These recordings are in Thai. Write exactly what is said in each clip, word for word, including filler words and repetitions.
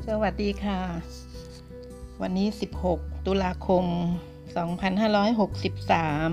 สวัสดีค่ะวันนี้สิบหกตุลาคมสองพันห้าร้อยหกสิบสาม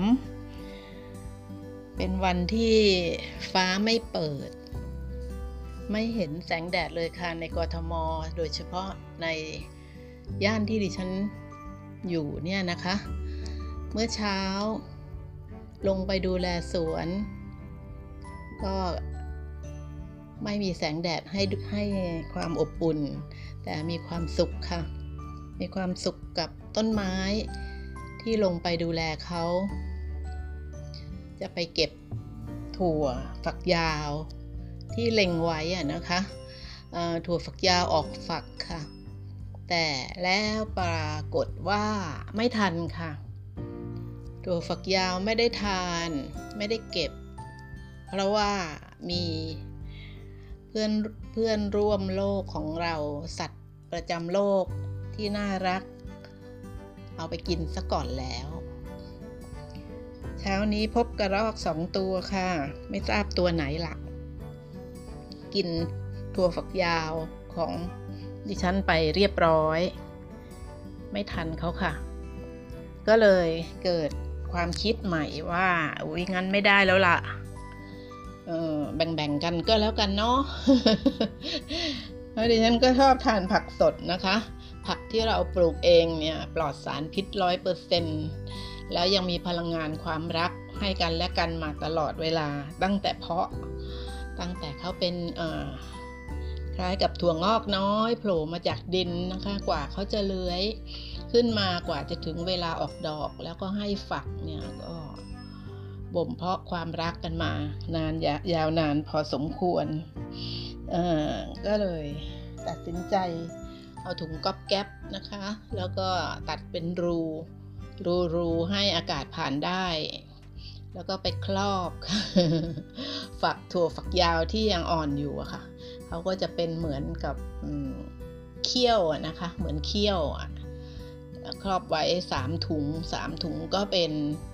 เป็นวันที่ฟ้าไม่เปิดไม่เห็นแสงแดดเลยค่ะในกทม.โดยเฉพาะในย่านที่ดิฉันอยู่เนี่ยนะคะเมื่อเช้าลงไปดูแลสวนก็ไม่มีแสงแดดให้ให้ความอบอุ่นแต่มีความสุขค่ะมีความสุขกับต้นไม้ที่ลงไปดูแลเขาจะไปเก็บถั่วฝักยาวที่เล็งไว้อะนะคะถั่วฝักยาวออกฝักค่ะแต่แล้วปรากฏว่าไม่ทันค่ะถั่วฝักยาวไม่ได้ทานไม่ได้เก็บเพราะว่ามีเพื่อนเพื่อนร่วมโลกของเราสัตว์ประจำโลกที่น่ารักเอาไปกินซะก่อนแล้วเช้านี้พบกระรอกสองตัวค่ะไม่ทราบตัวไหนล่ะกินถั่วฝักยาวของดิฉันไปเรียบร้อยไม่ทันเขาค่ะก็เลยเกิดความคิดใหม่ว่าอุ๊ยงั้นไม่ได้แล้วล่ะเออแบ่งๆกันก็แล้วกันเนาะ เพราะดิฉันก็ชอบทานผักสดนะคะผักที่เราปลูกเองเนี่ยปลอดสารพิษ ร้อยเปอร์เซ็นต์ แล้วยังมีพลังงานความรักให้กันและกันมาตลอดเวลาตั้งแต่เพาะตั้งแต่เขาเป็นเอ่อคล้ายกับถั่วงอกน้อยโผล่มาจากดินนะคะกว่าเขาจะเลื้อยขึ้นมากว่าจะถึงเวลาออกดอกแล้วก็ให้ฝักเนี่ยก็บ่มเพาะความรักกันมานานยาวนานพอสมควรเอ่อก็เลยตัดสินใจเอาถุงก๊อบแก๊บนะคะแล้วก็ตัดเป็นรูรูรูให้อากาศผ่านได้แล้วก็ไปครอบ ฝักถั่วฝักยาวที่ยังอ่อนอยู่อะค่ะเขาก็จะเป็นเหมือนกับเขี้ยวนะคะเหมือนเขี้ยวครอบไว้สามถุงสามถุงก็เป็น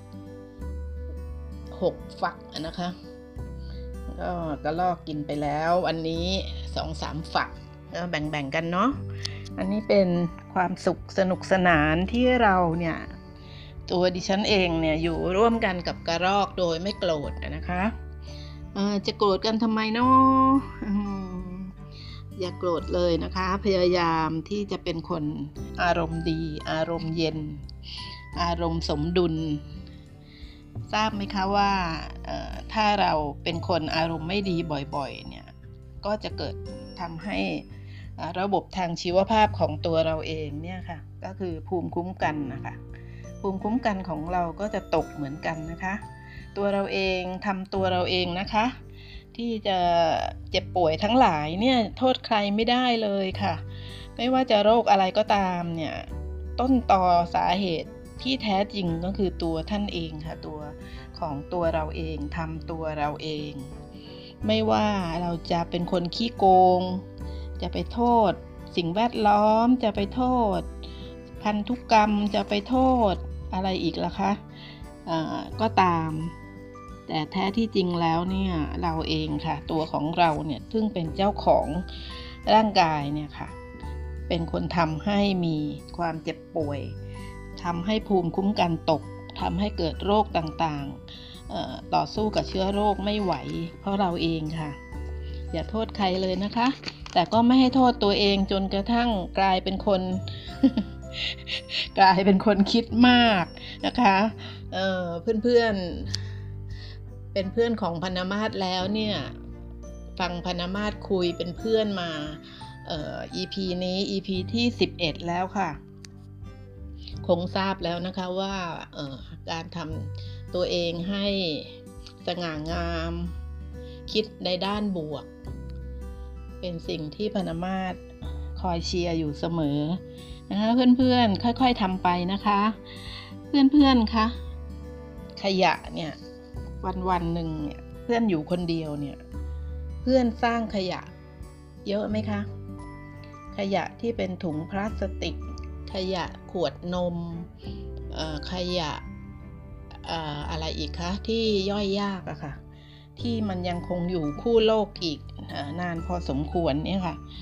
หกฝักนะคะก็กระลอกกินไปแล้ววันนี้ สองสาม ฝักก็แบ่งๆกันเนาะอันนี้เป็นความสุขสนุกสนานที่เราเนี่ยตัวดิฉันเองเนี่ยอยู่ร่วมกันกับกระรอกโดยไม่โกรธนะคะเอ่อจะโกรธกันทำไมเนาะอย่าโกรธเลยนะคะพยายามที่จะเป็นคนอารมณ์ดีอารมณ์เย็นอารมณ์สมดุลทราบไหมคะว่าถ้าเราเป็นคนอารมณ์ไม่ดีบ่อยๆเนี่ยก็จะเกิดทำให้ระบบทางชีวภาพของตัวเราเองเนี่ยค่ะก็คือภูมิคุ้มกันนะคะภูมิคุ้มกันของเราก็จะตกเหมือนกันนะคะตัวเราเองทำตัวเราเองนะคะที่จะเจ็บป่วยทั้งหลายเนี่ยโทษใครไม่ได้เลยค่ะไม่ว่าจะโรคอะไรก็ตามเนี่ยต้นตอสาเหตุที่แท้จริงก็คือตัวท่านเองค่ะตัวของตัวเราเองทำตัวเราเองไม่ว่าเราจะเป็นคนขี้โกงจะไปโทษสิ่งแวดล้อมจะไปโทษพันธุกรรมจะไปโทษอะไรอีกล่ะคะอ่าก็ตามแต่แท้ที่จริงแล้วเนี่ยเราเองค่ะตัวของเราเนี่ยซึ่งเป็นเจ้าของร่างกายเนี่ยค่ะเป็นคนทำให้มีความเจ็บป่วยทำให้ภูมิคุ้มกันตกทำให้เกิดโรคต่างๆต่อสู้กับเชื้อโรคไม่ไหวเพราะเราเองค่ะอย่าโทษใครเลยนะคะแต่ก็ไม่ให้โทษตัวเองจนกระทั่งกลายเป็นคน กลายเป็นคนคิดมากนะคะเอ่อเพื่อนๆเป็นเพื่อนของพรรณมาศแล้วเนี่ยฟังพรรณมาศคุยเป็นเพื่อนมาเอ่อ อี พี นี้ อี พี ที่สิบเอ็ดแล้วค่ะคงทราบแล้วนะคะว่าเอ่อการทำตัวเองให้สง่างามคิดในด้านบวกเป็นสิ่งที่พรรณมาศคอยเชียร์อยู่เสมอนะคะเพื่อนๆค่อยๆทำไปนะคะเพื่อนๆคะขยะเนี่ยวันๆหนึ่งเนี่ยเพื่อนอยู่คนเดียวเนี่ยเพื่อนสร้างขยะเยอะไหมคะขยะที่เป็นถุงพลาสติกขยะขวดนมเอ่อขยะเอ่ออะไรอีกคะที่ย่อยยากอะค่ะที่มันยังคงอยู่คู่โลกอีกนานพอสมควรเนี่ยค่ะ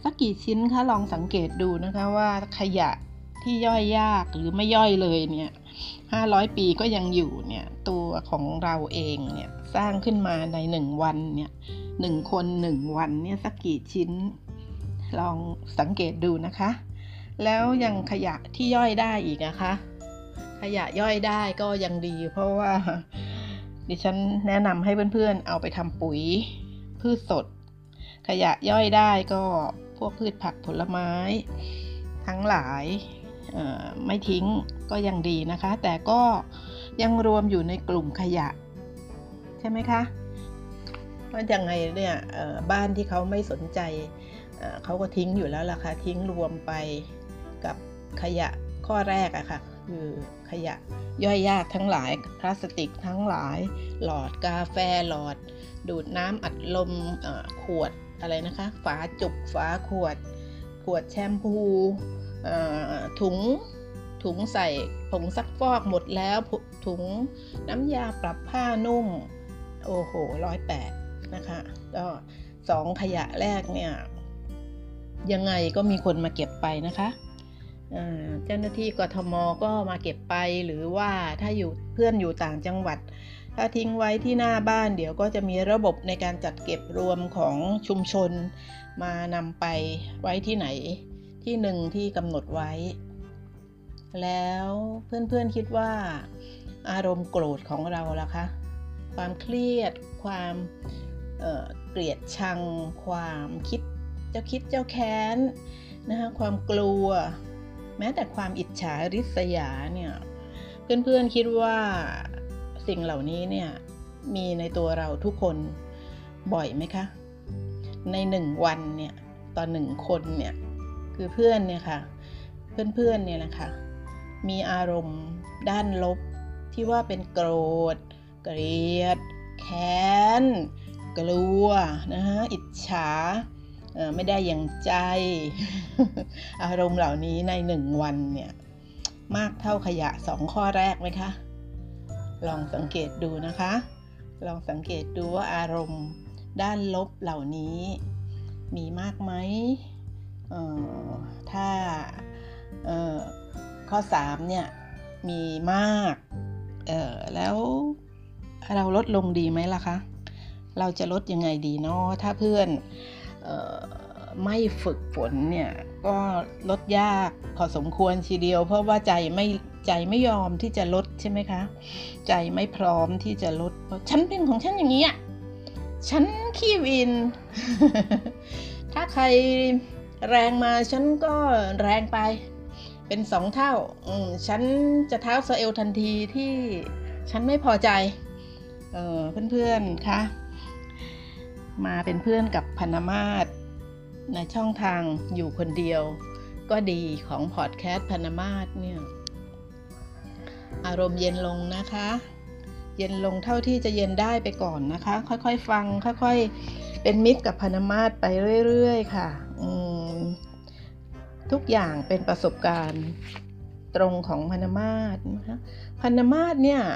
สักกี่ชิ้นคะลองสังเกตดูนะคะว่าขยะที่ย่อยยากหรือไม่ย่อยเลยเนี่ยห้าร้อยปีก็ยังอยู่เนี่ยตัวของเราเองเนี่ยสร้างขึ้นมาในหนึ่งวันเนี่ยหนึ่งคนหนึ่งวันเนี่ยสักกี่ชิ้นลองสังเกตดูนะคะแล้วยังขยะที่ย่อยได้อีกนะคะขยะย่อยได้ก็ยังดีเพราะว่าดิฉันแนะนำให้เพื่อนๆเอาไปทำปุ๋ยพืชสดขยะย่อยได้ก็พวกพืชผักผลไม้ทั้งหลายไม่ทิ้งก็ยังดีนะคะแต่ก็ยังรวมอยู่ในกลุ่มขยะใช่ไหมคะเพราะยังไงเนี่ยบ้านที่เขาไม่สนใจเขาก็ทิ้งอยู่แล้วล่ะค่ะทิ้งรวมไปกับขยะข้อแรกอะค่ะคือขยะย่อยยากทั้งหลายพลาสติกทั้งหลายหลอดกาแฟหลอดดูดน้ำอัดลมขวดอะไรนะคะฝาจุกฝาขวดขวดแชมพูถุงถุงใส่ผงซักฟอกหมดแล้วถุงน้ำยาปรับผ้านุ่มโอ้โหร้อยแปดนะคะก็สองขยะแรกเนี่ยยังไงก็มีคนมาเก็บไปนะคะเจ้าหน้าที่กทมก็มาเก็บไปหรือว่าถ้าอยู่เพื่อนอยู่ต่างจังหวัดถ้าทิ้งไว้ที่หน้าบ้านเดี๋ยวก็จะมีระบบในการจัดเก็บรวมของชุมชนมานำไปไว้ที่ไหนที่หนึ่งที่กำหนดไว้แล้วเพื่อนๆคิดว่าอารมณ์โกรธของเราล่ะคะความเครียดความเอ่อเกลียดชังความคิดเจ้าคิดเจ้าแค้นนะคะความกลัวแม้แต่ความอิจฉาริษยาเนี่ยเพื่อนๆคิดว่าสิ่งเหล่านี้เนี่ยมีในตัวเราทุกคนบ่อยไหมคะในหนึ่งวันเนี่ยต่อหนึ่งคนเนี่ยคือเพื่อนเนี่ยค่ะเพื่อนๆเนี่ยนะคะมีอารมณ์ด้านลบที่ว่าเป็นโกรธเกลียดแค้นกลัวนะฮะอิจฉาไม่ได้อย่างใจ อารมณ์เหล่านี้ในหนึ่งวันเนี่ยมากเท่าขยะสองข้อแรกไหมคะลองสังเกตดูนะคะลองสังเกตดูว่าอารมณ์ด้านลบเหล่านี้มีมากไหมเอ่อถ้าเอ่อข้อสามเนี่ยมีมากเอ่อแล้วเราลดลงดีไหมล่ะคะเราจะลดยังไงดีเนาะถ้าเพื่อนเอ่อไม่ฝึกฝนเนี่ยก็ลดยากพอสมควรทีเดียวเพราะว่าใจไม่ใจไม่ยอมที่จะลดใช่ไหมคะใจไม่พร้อมที่จะลดเพราะฉันเป็นของฉันอย่างนี้อ่ะฉันขี้วิน ถ้าใครแรงมาฉันก็แรงไปเป็นสองเท่าฉันจะเท้าสะเอวทันทีที่ฉันไม่พอใจเออเพื่อนๆคะมาเป็นเพื่อนกับพรรณมาศในช่องทางอยู่คนเดียวก็ดีของพอดแคสต์พรรณมาศเนี่ยอารมณ์เย็นลงนะคะเย็นลงเท่าที่จะเย็นได้ไปก่อนนะคะค่อยๆฟังค่อยๆเป็นมิตรกับพรรณมาศไปเรื่อยๆค่ะอืมทุกอย่างเป็นประสบการณ์ตรงของพรรณมาศนะคะพรรณมาศเนี่ย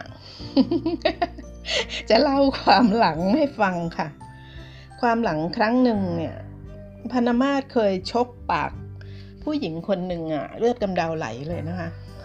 จะเล่าความหลังให้ฟังค่ะความหลังครั้งหนึ่งเนี่ยพรรณมาศเคยชกปากผู้หญิงคนหนึ่งอ่ะเลือดกำเดาไหลเลยนะคะ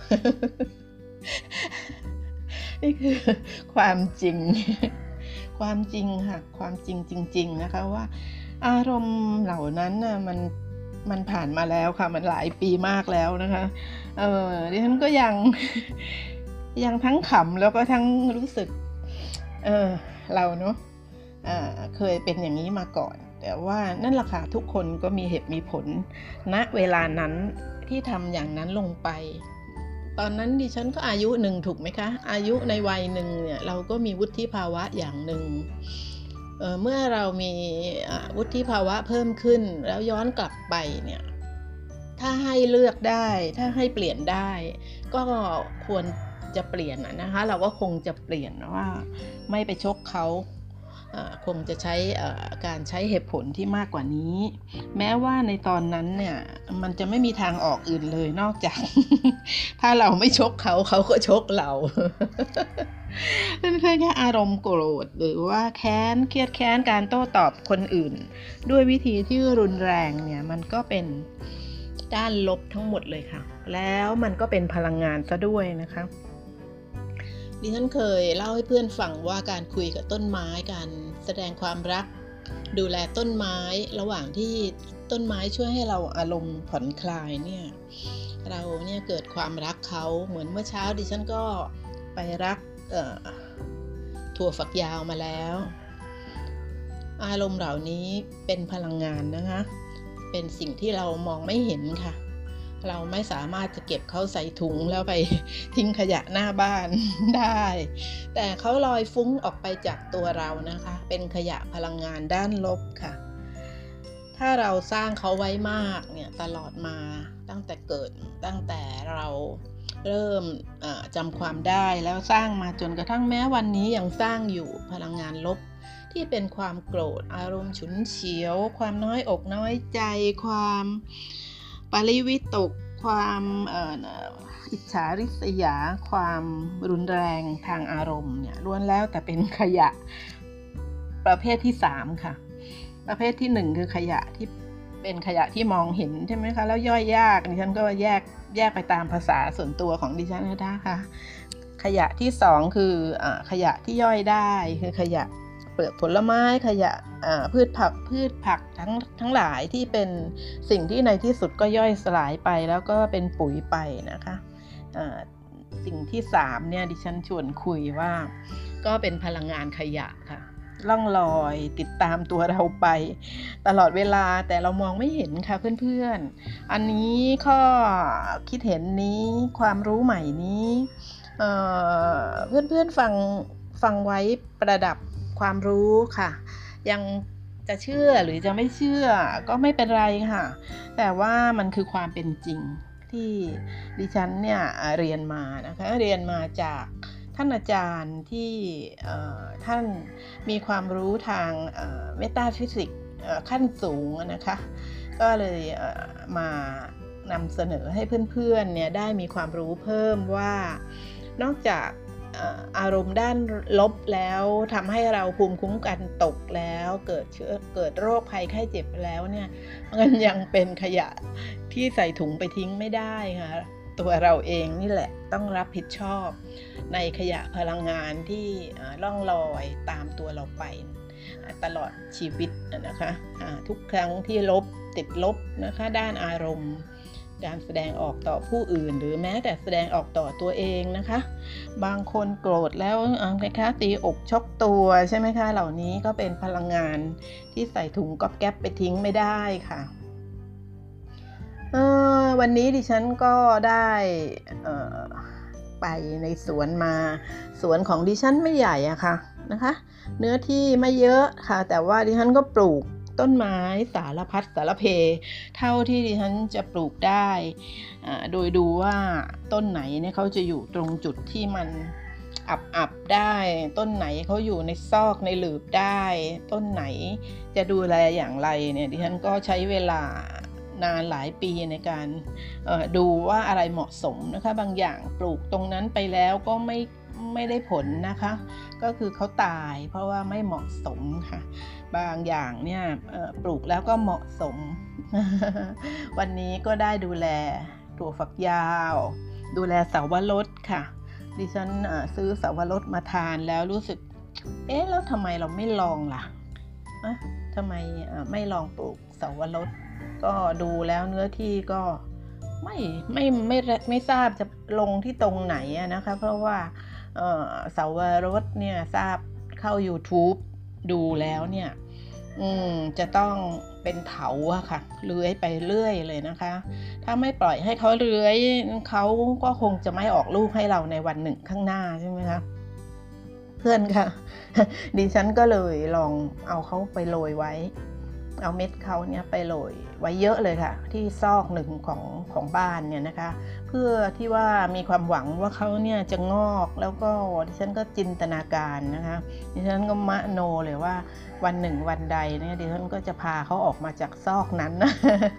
นี่คือความจริงความจริงค่ะความจริงจริงๆนะคะว่าอารมณ์เหล่านั้นน่ะมันมันผ่านมาแล้วค่ะมันหลายปีมากแล้วนะคะเออดิฉันก็ยังยังทั้งขำแล้วก็ทั้งรู้สึกเออเราเนาะอ่าเคยเป็นอย่างนี้มาก่อนแต่ว่านั่นแหละค่ะทุกคนก็มีเหตุมีผลณเวลานั้นที่ทำอย่างนั้นลงไปตอนนั้นดิฉันก็อายุหนึ่งถูกไหมคะอายุในวัยหนึ่งเนี่ยเราก็มีวุฒิภาวะอย่างหนึ่ง เอ่อ เมื่อเรามีวุฒิภาวะเพิ่มขึ้นแล้วย้อนกลับไปเนี่ยถ้าให้เลือกได้ถ้าให้เปลี่ยนได้ก็ควรจะเปลี่ยนนะคะเราก็คงจะเปลี่ยนว่าไม่ไปชกเขาคงจะใช้การใช้เหตุผลที่มากกว่านี้แม้ว่าในตอนนั้นเนี่ยมันจะไม่มีทางออกอื่นเลยนอกจาก ถ้าเราไม่ชกเขาเขาก็ชกเรา เป็นแค่อารมณ์โกรธหรือว่าแค้นเครียดแค้นการโต้ตอบคนอื่นด้วยวิธีที่รุนแรงเนี่ยมันก็เป็นด้านลบทั้งหมดเลยค่ะแล้วมันก็เป็นพลังงานซะด้วยนะคะดิฉันเคยเล่าให้เพื่อนฟังว่าการคุยกับต้นไม้การแสดงความรักดูแลต้นไม้ระหว่างที่ต้นไม้ช่วยให้เราอารมณ์ผ่อนคลายเนี่ยเราเนี่ยเกิดความรักเขาเหมือนเมื่อเช้าดิฉันก็ไปรักถั่วฝักยาวมาแล้วอารมณ์เหล่านี้เป็นพลังงานนะคะเป็นสิ่งที่เรามองไม่เห็นค่ะเราไม่สามารถจะเก็บเขาใส่ถุงแล้วไปทิ้งขยะหน้าบ้านได้แต่เขาลอยฟุ้งออกไปจากตัวเรานะคะเป็นขยะพลังงานด้านลบค่ะถ้าเราสร้างเขาไว้มากเนี่ยตลอดมาตั้งแต่เกิดตั้งแต่เราเริ่มจำความได้แล้วสร้างมาจนกระทั่งแม้วันนี้ยังสร้างอยู่พลังงานลบที่เป็นความโกรธอารมณ์ฉุนเฉียวความน้อยอกน้อยใจความปริวิตกความอิจฉาริษยาความรุนแรงทางอารมณ์เนี่ยล้วนแล้วแต่เป็นขยะประเภทที่สามค่ะประเภทที่หนึ่งคือขยะที่เป็นขยะที่มองเห็นใช่ไหมคะแล้วย่อยยากดิฉันก็แยกแยกไปตามภาษาส่วนตัวของดิฉันนะคะขยะที่สองคืออ่าขยะที่ย่อยได้คือขยะเปลือกผลไม้ขยะพืชผักพืชผักทั้งทั้งหลายที่เป็นสิ่งที่ในที่สุดก็ย่อยสลายไปแล้วก็เป็นปุ๋ยไปนะคะสิ่งที่สามเนี่ยดิฉันชวนคุยว่าก็เป็นพลังงานขยะค่ะล่องลอยติดตามตัวเราไปตลอดเวลาแต่เรามองไม่เห็นค่ะเพื่อนๆอันนี้ข้อคิดเห็นนี้ความรู้ใหม่นี้เอ่อเพื่อนๆฟังฟังไว้ประดับความรู้ค่ะยังจะเชื่อหรือจะไม่เชื่อก็ไม่เป็นไรค่ะแต่ว่ามันคือความเป็นจริงที่ดิฉันเนี่ยเรียนมานะคะเรียนมาจากท่านอาจารย์ที่ท่านมีความรู้ทางเมตาฟิสิกส์ขั้นสูงนะคะก็เลยมานำเสนอให้เพื่อนๆเนี่ยได้มีความรู้เพิ่มว่านอกจากอารมณ์ด้านลบแล้วทำให้เราภูมิคุ้มกันตกแล้วเกิดเชื้อเกิดโรคภัยไข้เจ็บแล้วเนี่ยมันยังเป็นขยะที่ใส่ถุงไปทิ้งไม่ได้ค่ะตัวเราเองนี่แหละต้องรับผิดชอบในขยะพลังงานที่ล่องลอยตามตัวเราไปตลอดชีวิตนะคะทุกครั้งที่ลบติดลบนะคะด้านอารมณ์การแสดงออกต่อผู้อื่นหรือแม้แต่แสดงออกต่อตัวเองนะคะบางคนโกรธแล้วนะคะตีอกชกตัวใช่ไหมคะเหล่านี้ก็เป็นพลังงานที่ใส่ถุงก๊อบแก๊บไปทิ้งไม่ได้ค่ะวันนี้ดิฉันก็ได้ไปในสวนมาสวนของดิฉันไม่ใหญ่อะค่ะนะคะเนื้อที่ไม่เยอะค่ะแต่ว่าดิฉันก็ปลูกต้นไม้สารพัดสารเพเท่าที่ดิฉันจะปลูกได้โดยดูว่าต้นไหนเนี่ยเขาจะอยู่ตรงจุดที่มันอับๆได้ต้นไหนเขาอยู่ในซอกในหลืบได้ต้นไหนจะดูแลอย่างไรเนี่ยดิฉันก็ใช้เวลานานหลายปีในการดูว่าอะไรเหมาะสมนะคะบางอย่างปลูกตรงนั้นไปแล้วก็ไม่ไม่ได้ผลนะคะก็คือเขาตายเพราะว่าไม่เหมาะสมค่ะบางอย่างเนี่ยปลูกแล้วก็เหมาะสม วันนี้ก็ได้ดูแลถั่วฝักยาวดูแลเสาวรสค่ะดิฉันซื้อเสาวรสมาทานแล้วรู้สึกเอ๊ะแล้วทำไมเราไม่ลองล่ะอะทำไมไม่ลองปลูกเสาวรสก็ดูแล้วเนื้อที่ก็ไม่ไม่ไม่ไม่ทราบจะลงที่ตรงไหนนะคะเพราะว่าเสาวรสเนี่ยทราบเข้า YouTube ดูแล้วเนี่ยอืมจะต้องเป็นเถาอะค่ะเลื้อยไปเรื่อยเลยนะคะถ้าไม่ปล่อยให้เขาเลื้อยเขาก็คงจะไม่ออกลูกให้เราในวันหนึ่งข้างหน้าใช่ไหมคะเพื่อนค่ะดิฉันก็เลยลองเอาเขาไปโรยไว้เอาเม็ดเขาเนี่ยไปโรยไว้เยอะเลยค่ะที่ซอกหนึ่งของของบ้านเนี่ยนะคะเพื่อที่ว่ามีความหวังว่าเขาเนี่ยจะงอกแล้วก็ดิฉันก็จินตนาการนะคะดิฉันก็มโนเลยว่าวันหนึ่งวันใดเนี่ยดิฉันก็จะพาเขาออกมาจากซอกนั้นนะ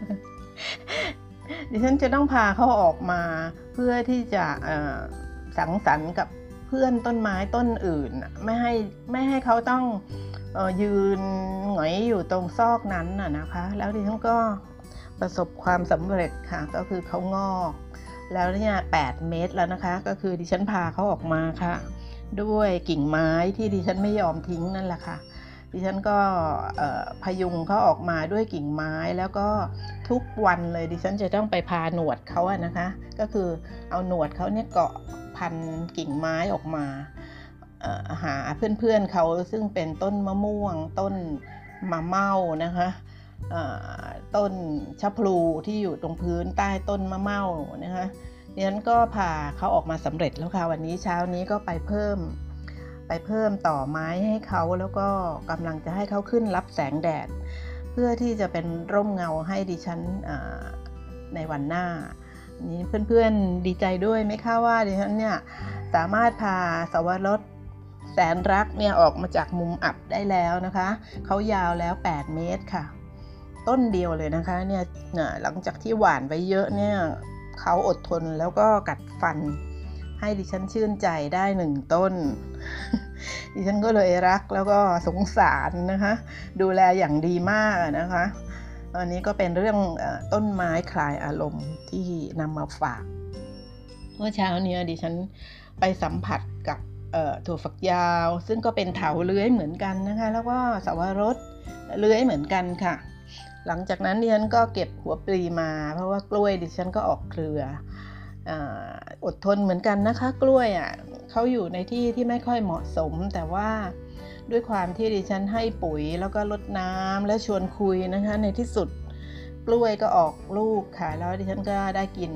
ดิฉันจะต้องพาเขาออกมาเพื่อที่จะสังสรรค์กับเพื่อนต้นไม้ต้นอื่นไม่ให้ไม่ให้เขาต้องเอ่อยืนหงอยอยู่ตรงซอกนั้นน่ะนะคะแล้วดิฉันก็ประสบความสำเร็จค่ะก็คือเขางอกแล้วเนี่ยแปดเมตรแล้วนะคะก็คือดิฉันพาเขาออกมาค่ะด้วยกิ่งไม้ที่ดิฉันไม่ยอมทิ้งนั่นแหละค่ะดิฉันก็พยุงเขาออกมาด้วยกิ่งไม้แล้วก็ทุกวันเลยดิฉันจะต้องไปพาหนวดเขาอะนะคะก็คือเอาหนวดเขาเนี่ยเกาะพันกิ่งไม้ออกมาหาเพื่อนๆเขาซึ่งเป็นต้นมะม่วงต้นมะเม่านะคะต้นชะพลูที่อยู่ตรงพื้นใต้ต้นมะเม่านะคะดิฉันก็พาเขาออกมาสำเร็จแล้วค่ะวันนี้เช้านี้ก็ไปเพิ่มไปเพิ่มต่อไม้ให้เขาแล้วก็กำลังจะให้เขาขึ้นรับแสงแดดเพื่อที่จะเป็นร่มเงาให้ดิฉันในวันหน้านี้เพื่อนๆดีใจด้วยไหมคะว่าดิฉันเนี่ยสามารถพาสวรสแสนรักเนี่ยออกมาจากมุมอับได้แล้วนะคะเขายาวแล้วแปดเมตรค่ะต้นเดียวเลยนะคะเนี่ยหลังจากที่หว่านไว้เยอะเนี่ยเขาอดทนแล้วก็กัดฟันให้ดิฉันชื่นใจได้หนึ่งต้น ดิฉันก็เลยรักแล้วก็สงสารนะคะดูแลอย่างดีมากนะคะอันนี้ก็เป็นเรื่องต้นไม้คลายอารมณ์ที่นำมาฝากเมื่อเช้านี้ดิฉันไปสัมผัสกับถั่วฝักยาวซึ่งก็เป็นเถาเลื้อยเหมือนกันนะคะแล้วก็สวรสเลื้อยเหมือนกันค่ะหลังจากนั้นดิฉันก็เก็บหัวปลีมาเพราะว่ากล้วยดิฉันก็ออกเครืออดทนเหมือนกันนะคะกล้วยอ่ะเขาอยู่ในที่ที่ไม่ค่อยเหมาะสมแต่ว่าด้วยความที่ดิฉันให้ปุ๋ยแล้วก็รดน้ำและชวนคุยนะคะในที่สุดกล้วยก็ออกลูกค่ะแล้วดิฉันก็ได้กิน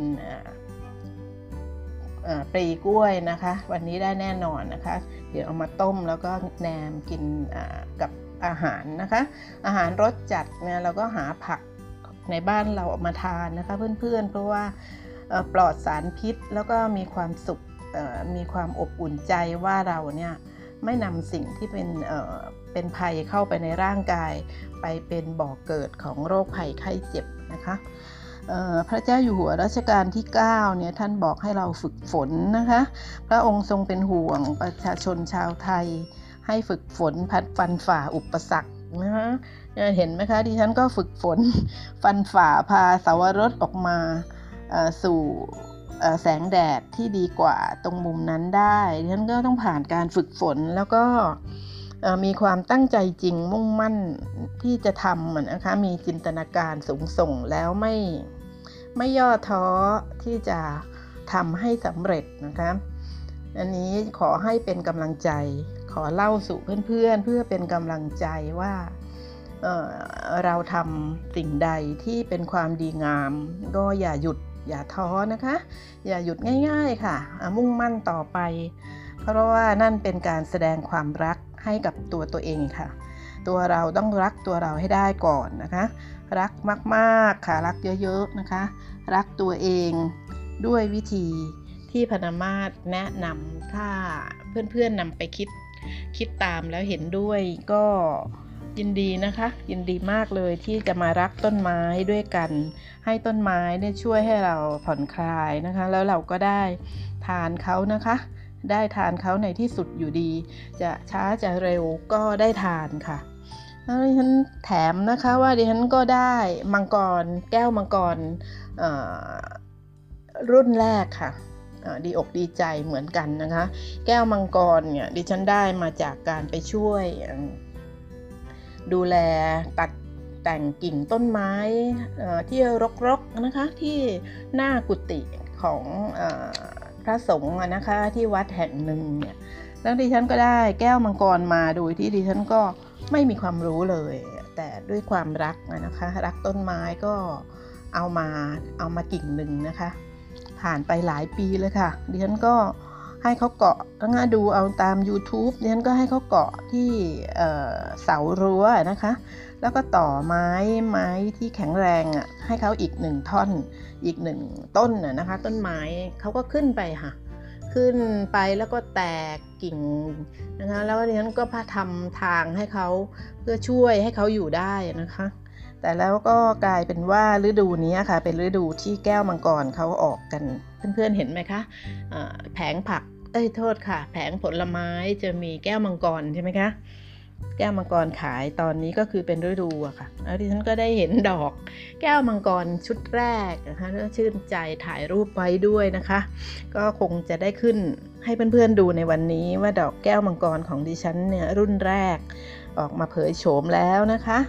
ปลีกล้วยนะคะวันนี้ได้แน่นอนนะคะเดี๋ยวเอามาต้มแล้วก็แหนมกินกับอาหารนะคะอาหารรสจัดเนี่ยเราก็หาผักในบ้านเราออกมาทานนะคะเพื่อนๆเพราะว่าปลอดสารพิษแล้วก็มีความสุขมีความอบอุ่นใจว่าเราเนี่ยไม่นำสิ่งที่เป็นเป็นภัยเข้าไปในร่างกายไปเป็นบ่อเกิดของโรคภัยไข้เจ็บนะคะพระเจ้าอยู่หัวรัชกาลที่เก้าเนี่ยท่านบอกให้เราฝึกฝนนะคะพระองค์ทรงเป็นห่วงประชาชนชาวไทยให้ฝึกฝนพัดฟันฝ่าอุปสรรคนะคะเห็นไหมคะดิฉันก็ฝึกฝนฟันฝ่าพาสวรสออกมาสู่แสงแดดที่ดีกว่าตรงมุมนั้นได้ดิฉันก็ต้องผ่านการฝึกฝนแล้วก็มีความตั้งใจจริงมุ่งมั่นที่จะทำนะคะมีจินตนาการสูงส่งแล้วไม่ไม่ย่อท้อที่จะทำให้สำเร็จนะคะอันนี้ขอให้เป็นกำลังใจขอเล่าสู่เพื่อนๆเพื่อเป็นกำลังใจว่า เอ่อ เราทำสิ่งใดที่เป็นความดีงามก็อย่าหยุดอย่าท้อนะคะอย่าหยุดง่ายๆค่ะมุ่งมั่นต่อไปเพราะว่านั่นเป็นการแสดงความรักให้กับตัวตัวเองค่ะตัวเราต้องรักตัวเราให้ได้ก่อนนะคะรักมากๆค่ะรักเยอะๆนะคะรักตัวเองด้วยวิธีที่พนามาศแนะนำถ้าเพื่อนๆนำไปคิดคิดตามแล้วเห็นด้วยก็ยินดีนะคะยินดีมากเลยที่จะมารักต้นไม้ด้วยกันให้ต้นไม้ได้ช่วยให้เราผ่อนคลายนะคะแล้วเราก็ได้ทานเขานะคะได้ทานเขาในที่สุดอยู่ดีจะช้าจะเร็วก็ได้ทานค่ะแล้วดิฉันแถมนะคะว่าดิฉันก็ได้มังกรแก้วมังกรรุ่นแรกค่ะดีอกดีใจเหมือนกันนะคะแก้วมังกรเนี่ยดิฉันได้มาจากการไปช่วยดูแลตัดแต่งกิ่งต้นไม้ที่รกๆนะคะที่หน้ากุฏิของพระสงฆ์นะคะที่วัดแห่งหนึ่งเนี่ยแล้วดิฉันก็ได้แก้วมังกรมาโดยที่ดิฉันก็ไม่มีความรู้เลยแต่ด้วยความรักนะคะรักต้นไม้ก็เอามาเอามากิ่งหนึ่งนะคะผ่านไปหลายปีเลยค่ะดิฉันก็ให้เขาเกาะแล้วก็ดูเอาตาม YouTube ดิฉันก็ให้เขาเกาะที่เอ่อเสารั้วนะคะแล้วก็ต่อไม้ไม้ที่แข็งแรงอ่ะให้เขาอีกหนึ่งท่อนอีกหนึ่งต้นน่ะนะคะต้นไม้เขาก็ขึ้นไปค่ะขึ้นไปแล้วก็แตกกิ่งนะคะแล้วดิฉันก็พาทำทางให้เขาเพื่อช่วยให้เขาอยู่ได้นะคะแต่แล้วก็กลายเป็นว่าฤดูนี้ค่ะเป็นฤดูที่แก้วมังกรเขาออกกันเพื่อนๆเห็นไหมคะแผงผักเอ้ยโทษค่ะแผงผลไม้จะมีแก้วมังกรใช่ไหมคะแก้วมังกรขายตอนนี้ก็คือเป็นฤดูอะค่ะแล้วดิฉันก็ได้เห็นดอกแก้วมังกรชุดแรกนะคะแล้วชื่นใจถ่ายรูปไว้ด้วยนะคะก็คงจะได้ขึ้นให้เพื่อนๆดูในวันนี้ว่าดอกแก้วมังกรของดิฉันเนี่ยรุ่นแรกออกมาเผยโฉมแล้วนะคะ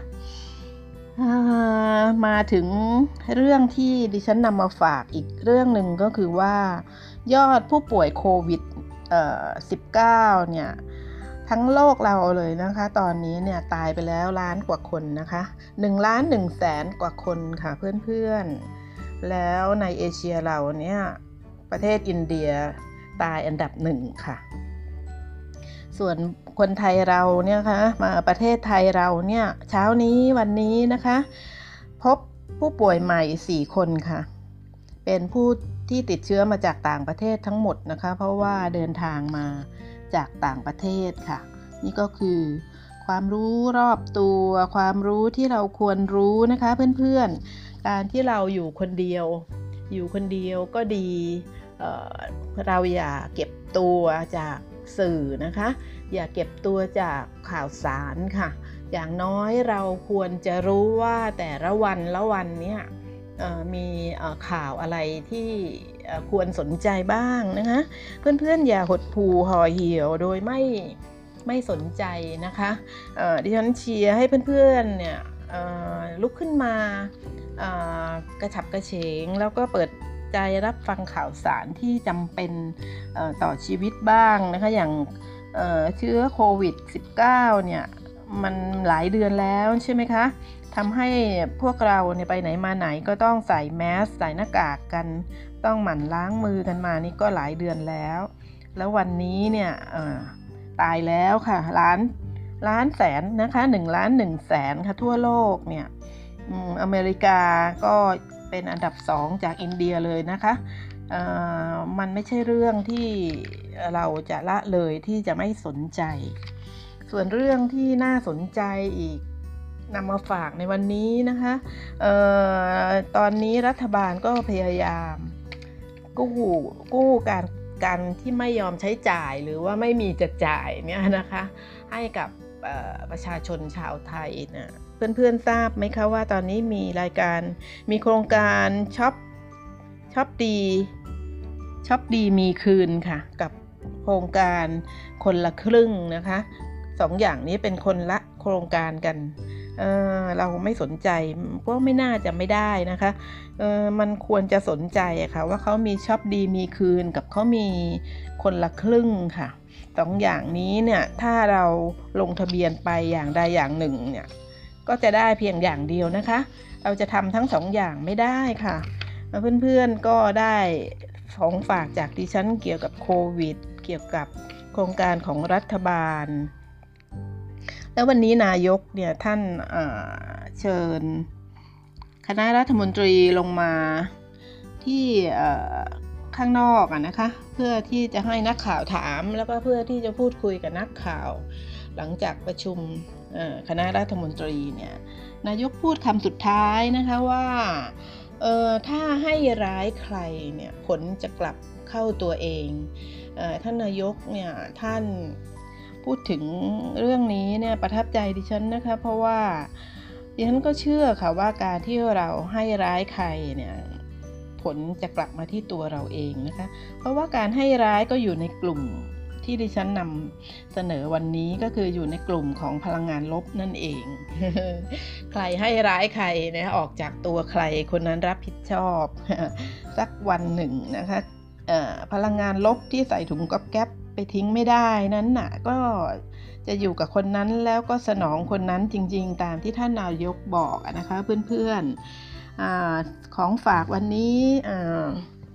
มาถึงเรื่องที่ดิฉันนำมาฝากอีกเรื่องหนึ่งก็คือว่ายอดผู้ป่วยโควิดสิบเก้าเนี่ยทั้งโลกเราเลยนะคะตอนนี้เนี่ยตายไปแล้วล้านกว่าคนนะคะหนึ่งล้านหนึ่งแสนกว่าคนค่ะเพื่อนๆแล้วในเอเชียเราเนี่ยประเทศอินเดียตายอันดับหนึ่งค่ะส่วนคนไทยเราเนี่ยค่ะมาประเทศไทยเราเนี่ยเช้านี้วันนี้นะคะพบผู้ป่วยใหม่สี่คนค่ะเป็นผู้ที่ติดเชื้อมาจากต่างประเทศทั้งหมดนะคะเพราะว่าเดินทางมาจากต่างประเทศค่ะนี่ก็คือความรู้รอบตัวความรู้ที่เราควรรู้นะคะเพื่อนๆการที่เราอยู่คนเดียวอยู่คนเดียวก็ดีเอ่อเราอย่าเก็บตัวจากสื่อนะคะอย่าเก็บตัวจากข่าวสารค่ะอย่างน้อยเราควรจะรู้ว่าแต่ละวันละวันเนี่ยมีข่าวอะไรที่ควรสนใจบ้างนะคะเพื่อนๆอย่าหดหู่ห่อเหี่ยวโดยไม่ไม่สนใจนะคะดิฉันเชียร์ให้เพื่อนๆเนี่ยลุกขึ้นมากระฉับกระเฉงแล้วก็เปิดใจรับฟังข่าวสารที่จำเป็นต่อชีวิตบ้างนะคะอย่างเชื้อโควิด สิบเก้า เนี่ยมันหลายเดือนแล้วใช่ไหมคะทำให้พวกเราเนี่ยไปไหนมาไหนก็ต้องใส่แมสใส่หน้ากากกันต้องหมั่นล้างมือกันมานี่ก็หลายเดือนแล้วแล้ววันนี้เนี่ยตายแล้วค่ะล้านล้านแสนนะคะหนึ่งล้านหนึ่งแสนค่ะทั่วโลกเนี่ยอเมริกาก็เป็นอันดับสองจากอินเดียเลยนะคะมันไม่ใช่เรื่องที่เราจะละเลยที่จะไม่สนใจส่วนเรื่องที่น่าสนใจอีกนำมาฝากในวันนี้นะคะเอ่อตอนนี้รัฐบาลก็พยายามกู้กู้การการที่ไม่ยอมใช้จ่ายหรือว่าไม่มีจะจ่ายเนี่ยนะคะให้กับประชาชนชาวไทยนะเพื่อนๆทราบไหมคะว่าตอนนี้มีรายการมีโครงการช็อปช็อปดีช็อปดีมีคืนค่ะกับโครงการคนละครึ่งนะคะสองอย่างนี้เป็นคนละโครงการกัน เ, เราไม่สนใจก็ไม่น่าจะไม่ได้นะคะมันควรจะสนใจค่ะว่าเขามีช็อปดีมีคืนกับเขามีคนละครึ่งค่ะสองอย่างนี้เนี่ยถ้าเราลงทะเบียนไปอย่างใดอย่างหนึ่งเนี่ยก็จะได้เพียงอย่างเดียวนะคะเราจะทำทั้งสองอย่างไม่ได้ค่ะเพื่อนๆก็ได้ของฝากจากดิฉันเกี่ยวกับโควิดเกี่ยวกับโครงการของรัฐบาลแล้ววันนี้นายกเนี่ยท่านเชิญคณะรัฐมนตรีลงมาที่ข้างนอกอะนะคะเพื่อที่จะให้นักข่าวถามแล้วก็เพื่อที่จะพูดคุยกับนักข่าวหลังจากประชุมคณะรัฐมนตรีเนี่ยนายกพูดคำสุดท้ายนะคะว่าเอ่อถ้าให้ร้ายใครเนี่ยผลจะกลับเข้าตัวเองเอ่อท่านนายกเนี่ยท่านพูดถึงเรื่องนี้เนี่ยประทับใจดิฉันนะคะเพราะว่าดิฉันก็เชื่อค่ะว่าการที่เราให้ร้ายใครเนี่ยผลจะกลับมาที่ตัวเราเองนะคะเพราะว่าการให้ร้ายก็อยู่ในกลุ่มที่ดิฉันนำเสนอวันนี้ก็คืออยู่ในกลุ่มของพลังงานลบนั่นเอง ใครให้ร้ายใครนะออกจากตัวใครคนนั้นรับผิดชอบ สักวันหนึ่งนะคะพลังงานลบที่ใส่ถุงก๊อบแก๊บไปทิ้งไม่ได้นั้นน่ะก็จะอยู่กับคนนั้นแล้วก็สนองคนนั้นจริงๆตามที่ท่านนายกบอกนะคะเพื่อนๆ อของฝากวันนี้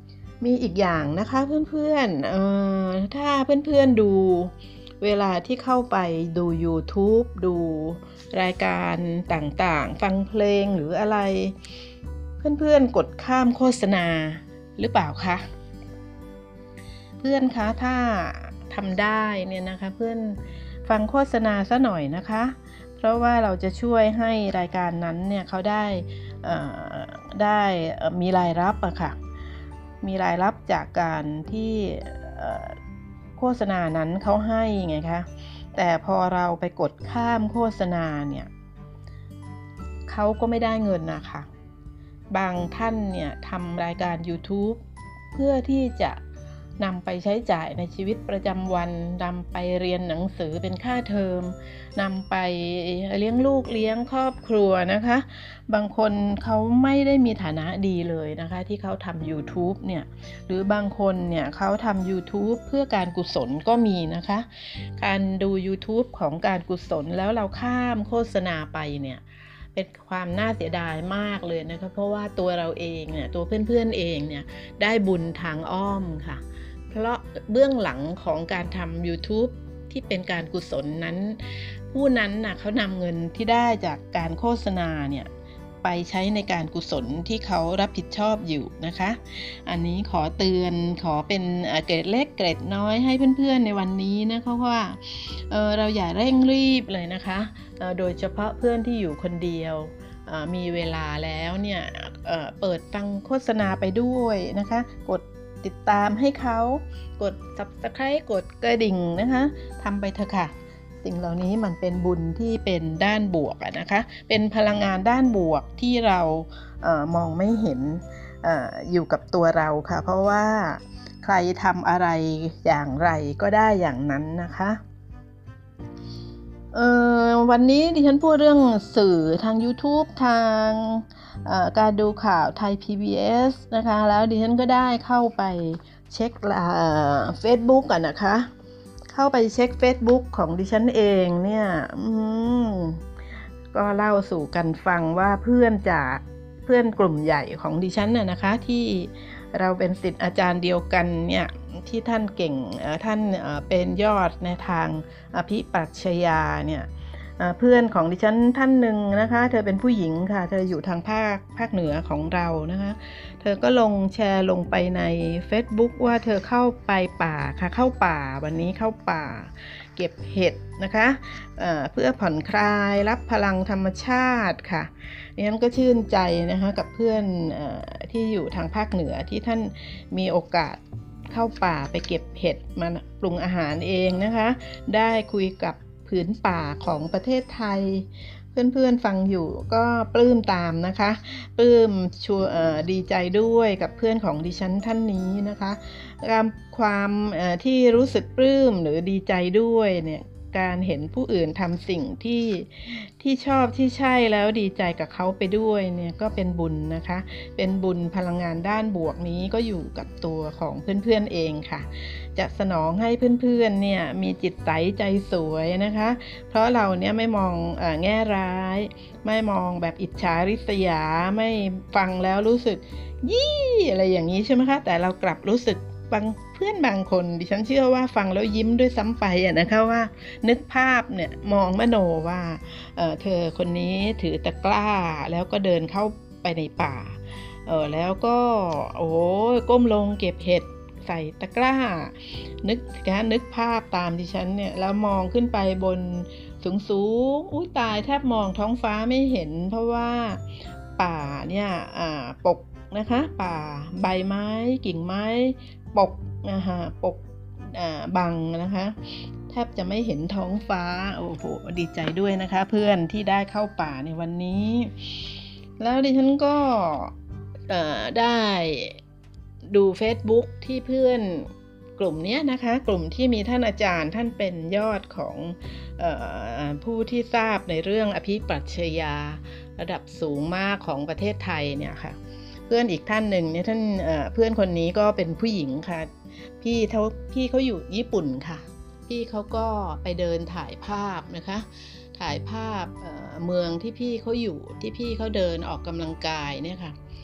มีอีกอย่างนะคะเพื่อนๆเอ่อถ้าเพื่อนๆดูเวลาที่เข้าไปดู YouTube ดูรายการต่างๆฟังเพลงหรืออะไรเพื่อนๆกดข้ามโฆษณาหรือเปล่าคะเพื่อนคะถ้าทำได้เนี่ยนะคะเพื่อนฟังโฆษณาซะหน่อยนะคะเพราะว่าเราจะช่วยให้รายการนั้นเนี่ยเขาได้ได้มีรายรับอะค่ะมีรายรับจากการที่โฆษณานั้นเขาให้ไงคะแต่พอเราไปกดข้ามโฆษณาเนี่ยเขาก็ไม่ได้เงินนะคะบางท่านเนี่ยทำรายการ YouTube เพื่อที่จะนำไปใช้จ่ายในชีวิตประจำวันนำไปเรียนหนังสือเป็นค่าเทอมนำไปเลี้ยงลูกเลี้ยงครอบครัวนะคะบางคนเขาไม่ได้มีฐานะดีเลยนะคะที่เขาทำ YouTube เนี่ยหรือบางคนเนี่ยเขาทำ YouTube เพื่อการกุศลก็มีนะคะการดู YouTube ของการกุศลแล้วเราข้ามโฆษณาไปเนี่ยเป็นความน่าเสียดายมากเลยนะคะเพราะว่าตัวเราเองเนี่ยตัวเพื่อนๆเองเนี่ยได้บุญทางอ้อมค่ะเพราะเบื้องหลังของการทำ YouTube ที่เป็นการกุศลนั้นผู้นั้นน่ะเขานำเงินที่ได้จากการโฆษณาเนี่ยไปใช้ในการกุศลที่เขารับผิดชอบอยู่นะคะอันนี้ขอเตือนขอเป็นเกร็ดเล็กเกร็ดน้อยให้เพื่อนๆในวันนี้นะคะว่า เอ่อ เราอย่าเร่งรีบเลยนะคะโดยเฉพาะเพื่อนที่อยู่คนเดียวมีเวลาแล้วเนี่ย เอ่อ เปิดฟังโฆษณาไปด้วยนะคะกดติดตามให้เขากด ซับสไครบ์ กดกระดิ่งนะคะทำไปเถอะค่ะสิ่งเหล่านี้มันเป็นบุญที่เป็นด้านบวกนะคะเป็นพลังงานด้านบวกที่เราเอ่อมองไม่เห็น เอ่อ อยู่กับตัวเราค่ะเพราะว่าใครทำอะไรอย่างไรก็ได้อย่างนั้นนะคะเอ่อวันนี้ดิฉันพูดเรื่องสื่อทาง YouTube ทางการดูข่าวไทย พี บี เอส นะคะแล้วดิฉันก็ได้เข้าไปเช็คเฟซบุ๊กอ่ะนะคะเข้าไปเช็ค Facebook ของดิฉันเองเนี่ยก็เล่าสู่กันฟังว่าเพื่อนจากเพื่อนกลุ่มใหญ่ของดิฉันน่ะนะคะที่เราเป็นศิษย์อาจารย์เดียวกันเนี่ยที่ท่านเก่งท่านเป็นยอดในทางอภิปรัชญาเนี่ยเพื่อนของดิฉันท่านหนึ่งนะคะเธอเป็นผู้หญิงค่ะเธออยู่ทางภาคภาคเหนือของเรานะคะเธอก็ลงแชร์ลงไปใน Facebook ว่าเธอเข้าไปป่าค่ะเข้าป่าวันนี้เข้าป่าเก็บเห็ดนะคะเอ่อเพื่อผ่อนคลายรับพลังธรรมชาติค่ะดิฉันก็ชื่นใจนะคะกับเพื่อนเอ่อที่อยู่ทางภาคเหนือที่ท่านมีโอกาสเข้าป่าไปเก็บเห็ดมาปรุงอาหารเองนะคะได้คุยกับผืนป่าของประเทศไทยเพื่อนๆฟังอยู่ก็ปลื้มตามนะคะปลื้มชัวดีใจด้วยกับเพื่อนของดิฉันท่านนี้นะคะความที่รู้สึกปลื้มหรือดีใจด้วยเนี่ยการเห็นผู้อื่นทำสิ่งที่ที่ชอบที่ใช่แล้วดีใจกับเขาไปด้วยเนี่ยก็เป็นบุญนะคะเป็นบุญพลังงานด้านบวกนี้ก็อยู่กับตัวของเพื่อนๆเองค่ะจะสนองให้เพื่อนๆเนี่ยมีจิตใสใจสวยนะคะเพราะเราเนี่ยไม่มองเอ่อแง่ร้ายไม่มองแบบอิจฉาริษยาไม่ฟังแล้วรู้สึกยี่อะไรอย่างนี้ใช่ไหมคะแต่เรากลับรู้สึกบางเพื่อนบางคนดิฉันเชื่อว่าฟังแล้วยิ้มด้วยซ้ำไปอะนะคะว่านึกภาพเนี่ยมองมโนว่า เอ่อ เธอคนนี้ถือตะกร้าแล้วก็เดินเข้าไปในป่าเออแล้วก็โอ้ก้มลงเก็บเห็ดใส่ตะกร้านึกนะนึกภาพตามดิฉันเนี่ยแล้วมองขึ้นไปบนสูงสูงอุ้ยตายแทบมองท้องฟ้าไม่เห็นเพราะว่าป่าเนี่ยอ่าปกนะคะป่าใบไม้กิ่งไม้ปกนะคะปกอ่าบังนะคะแทบจะไม่เห็นท้องฟ้าโอ้โหดีใจด้วยนะคะเพื่อนที่ได้เข้าป่าในวันนี้แล้วดิฉันก็ได้ดู Facebook ที่เพื่อนกลุ่มนี้นะคะกลุ่มที่มีท่านอาจารย์ท่านเป็นยอดของเอ่อผู้ที่ทราบในเรื่องอภิปรัชญาระดับสูงมากของประเทศไทยเนี่ยค่ะเพื่อนอีกท่านหนึ่งเนี่ยท่านเอ่อเพื่อนคนนี้ก็เป็นผู้หญิงค่ะพี่เขาพี่เขาอยู่ญี่ปุ่นค่ะพี่เขาก็ไปเดินถ่ายภาพนะคะถ่ายภาพ เอ่อ เมืองที่พี่เขาอยู่ที่พี่เขาเดินออกกำลังกายเนี่ยค่ะ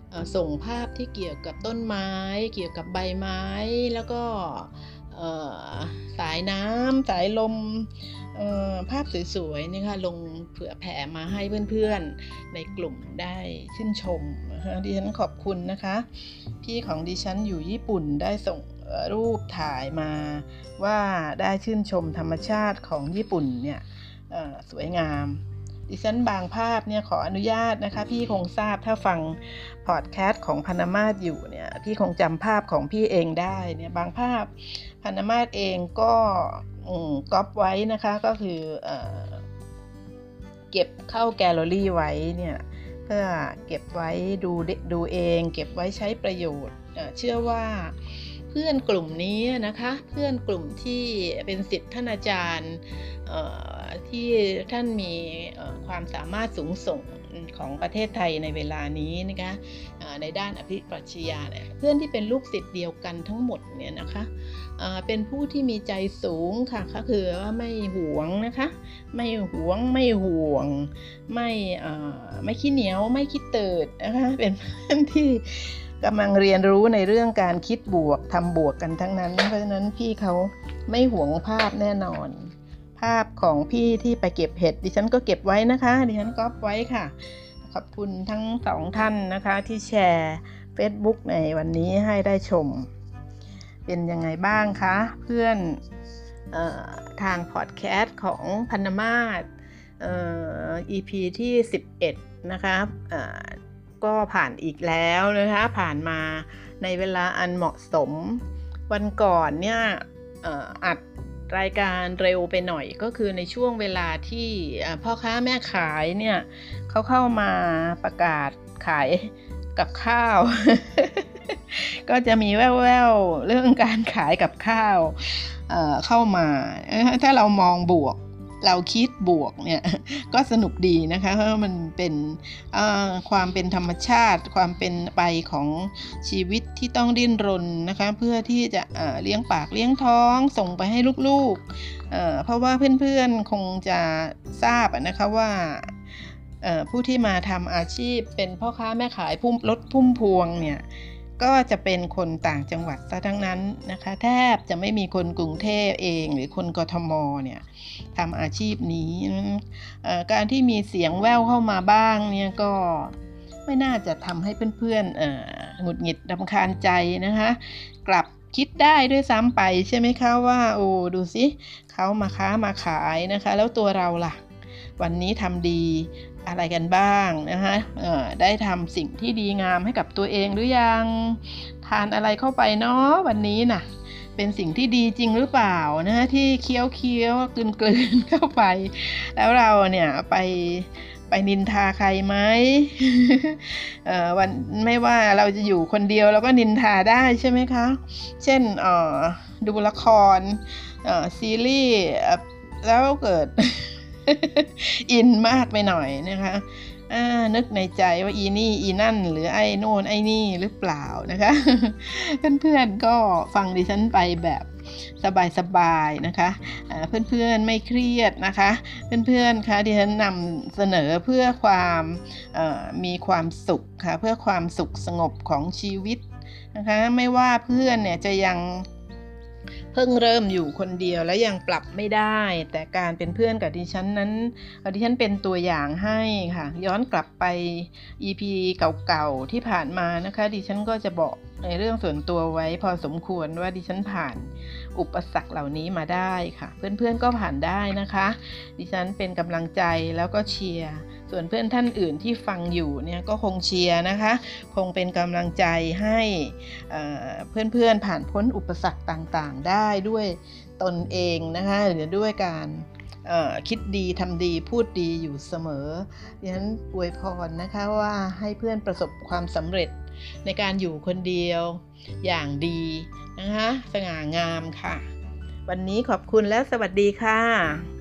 ส่งภาพที่เกี่ยวกับต้นไม้เกี่ยวกับใบไม้แล้วก็สายน้ำสายลมภาพสวยๆนะคะลงเผื่อแผ่มาให้เพื่อนๆในกลุ่มได้ชื่นชมนะคะดิฉันขอบคุณนะคะพี่ของดิฉันอยู่ญี่ปุ่นได้ส่งรูปถ่ายมาว่าได้ชื่นชมธรรมชาติของญี่ปุ่นเนี่ยสวยงามดิฉันบางภาพเนี่ยขออนุญาตนะคะพี่คงทราบถ้าฟังพอดแคสต์ของพนมาศอยู่เนี่ยพี่คงจำภาพของพี่เองได้เนี่ยบางภาพพนมาศเองก็ก๊อปไว้นะคะก็คือเอ่อเก็บเข้าแกลเลอรี่ไว้เนี่ยเพื่อเก็บไว้ดูดูเองเก็บไว้ใช้ประโยชน์เชื่อว่าเพื่อนกลุ่มนี้นะคะเพื่อนกลุ่มที่เป็นศิษย์ท่านอาจารย์ที่ท่านมีความสามารถสูงส่งของประเทศไทยในเวลานี้นะคะในด้านอภิปรัชญาเนี่ยเพื่อนที่เป็นลูกศิษย์เดียวกันทั้งหมดเนี่ยนะคะเป็นผู้ที่มีใจสูงค่ะก็คือว่าไม่หวงนะคะไม่หวงไม่ห่วงไม่ไม่ขี้เหนียวไม่ขี้เติดนะคะเป็นเพื่อนที่กำลังเรียนรู้ในเรื่องการคิดบวกทำบวกกันทั้งนั้นเพราะฉะนั้นพี่เขาไม่หวงภาพแน่นอนภาพของพี่ที่ไปเก็บเห็ดดิฉันก็เก็บไว้นะคะดิฉันก๊อปไว้ค่ะขอบคุณทั้งสองท่านนะคะที่แชร์ Facebook ในวันนี้ให้ได้ชมเป็นยังไงบ้างคะเพื่อนเอ่อทางพอดแคสต์ของพนมาศเอ่อ อี พี ที่สิบเอ็ดนะคะเอ่อก็ผ่านอีกแล้วนะคะผ่านมาในเวลาอันเหมาะสมวันก่อนเนี่ยอัดรายการเร็วไปหน่อยก็คือในช่วงเวลาที่พ่อค้าแม่ขายเนี่ยเขาเข้ามาประกาศขายกับข้าว ก็จะมีแว่วๆเรื่องการขายกับข้าวเอ่อเข้ามาถ้าเรามองบวกเราคิดบวกเนี่ยก็สนุกดีนะคะเพราะมันเป็นความเป็นธรรมชาติความเป็นไปของชีวิตที่ต้องดิ้นรนนะคะเพื่อที่จะเลี้ยงปากเลี้ยงท้องส่งไปให้ลูกๆ เอ่อ เพราะว่าเพื่อนๆคงจะทราบนะคะว่าผู้ที่มาทำอาชีพเป็นพ่อค้าแม่ขายพุ่มรถพุ่มพวงเนี่ยก็จะเป็นคนต่างจังหวัดซะทั้งนั้นนะคะแทบจะไม่มีคนกรุงเทพเองหรือคนกทมเนี่ยทำอาชีพนี้การที่มีเสียงแว่วเข้ามาบ้างเนี่ยก็ไม่น่าจะทำให้เพื่อนๆหงุดหงิดรำคาญใจนะคะกลับคิดได้ด้วยซ้ำไปใช่ไหมคะว่าโอ้ดูสิเขามาค้ามาขายนะคะแล้วตัวเราล่ะวันนี้ทำดีอะไรกันบ้างนะคะได้ทำสิ่งที่ดีงามให้กับตัวเองหรือยังทานอะไรเข้าไปเนาะวันนี้น่ะเป็นสิ่งที่ดีจริงหรือเปล่านะที่เคี้ยวเคี้ยวกลืนกลืนเข้าไปแล้วเราเนี่ยไปไปนินทาใครไหม วันไม่ว่าเราจะอยู่คนเดียวเราก็นินทาได้ใช่ไหมคะเช่นดูละครซีรีส์แล้วเกิด อินมากไปหน่อยนะคะนึกในใจว่าอีนี่อีนั่นหรือไอ้โน่นไอ้นี่หรือเปล่านะคะ เพื่อนๆก็ฟังดิฉันไปแบบสบายๆนะคะเพื่อนๆไม่เครียดนะคะเพื่อนๆคะดิฉันนำเสนอเพื่อความมีความสุขค่ะเพื่อความสุขสงบของชีวิตนะคะไม่ว่าเพื่อนเนี่ยจะยังเพิ่งเริ่มอยู่คนเดียวและยังปรับไม่ได้แต่การเป็นเพื่อนกับดิฉันนั้นดิฉันเป็นตัวอย่างให้ค่ะย้อนกลับไป อี พี เก่าๆที่ผ่านมานะคะดิฉันก็จะบอกในเรื่องส่วนตัวไว้พอสมควรว่าดิฉันผ่านอุปสรรคเหล่านี้มาได้ค่ะเพื่อนๆก็ผ่านได้นะคะดิฉันเป็นกำลังใจแล้วก็เชียร์ส่วนเพื่อนท่านอื่นที่ฟังอยู่เนี่ยก็คงเชียร์นะคะคงเป็นกำลังใจให้เพื่อนๆผ่านพ้นอุปสรรคต่างๆได้ด้วยตนเองนะคะหรือด้วยการคิดดีทำดีพูดดีอยู่เสมอดิฉันอวยพรนะคะว่าให้เพื่อนประสบความสำเร็จในการอยู่คนเดียวอย่างดีนะคะสง่างามค่ะวันนี้ขอบคุณและสวัสดีค่ะ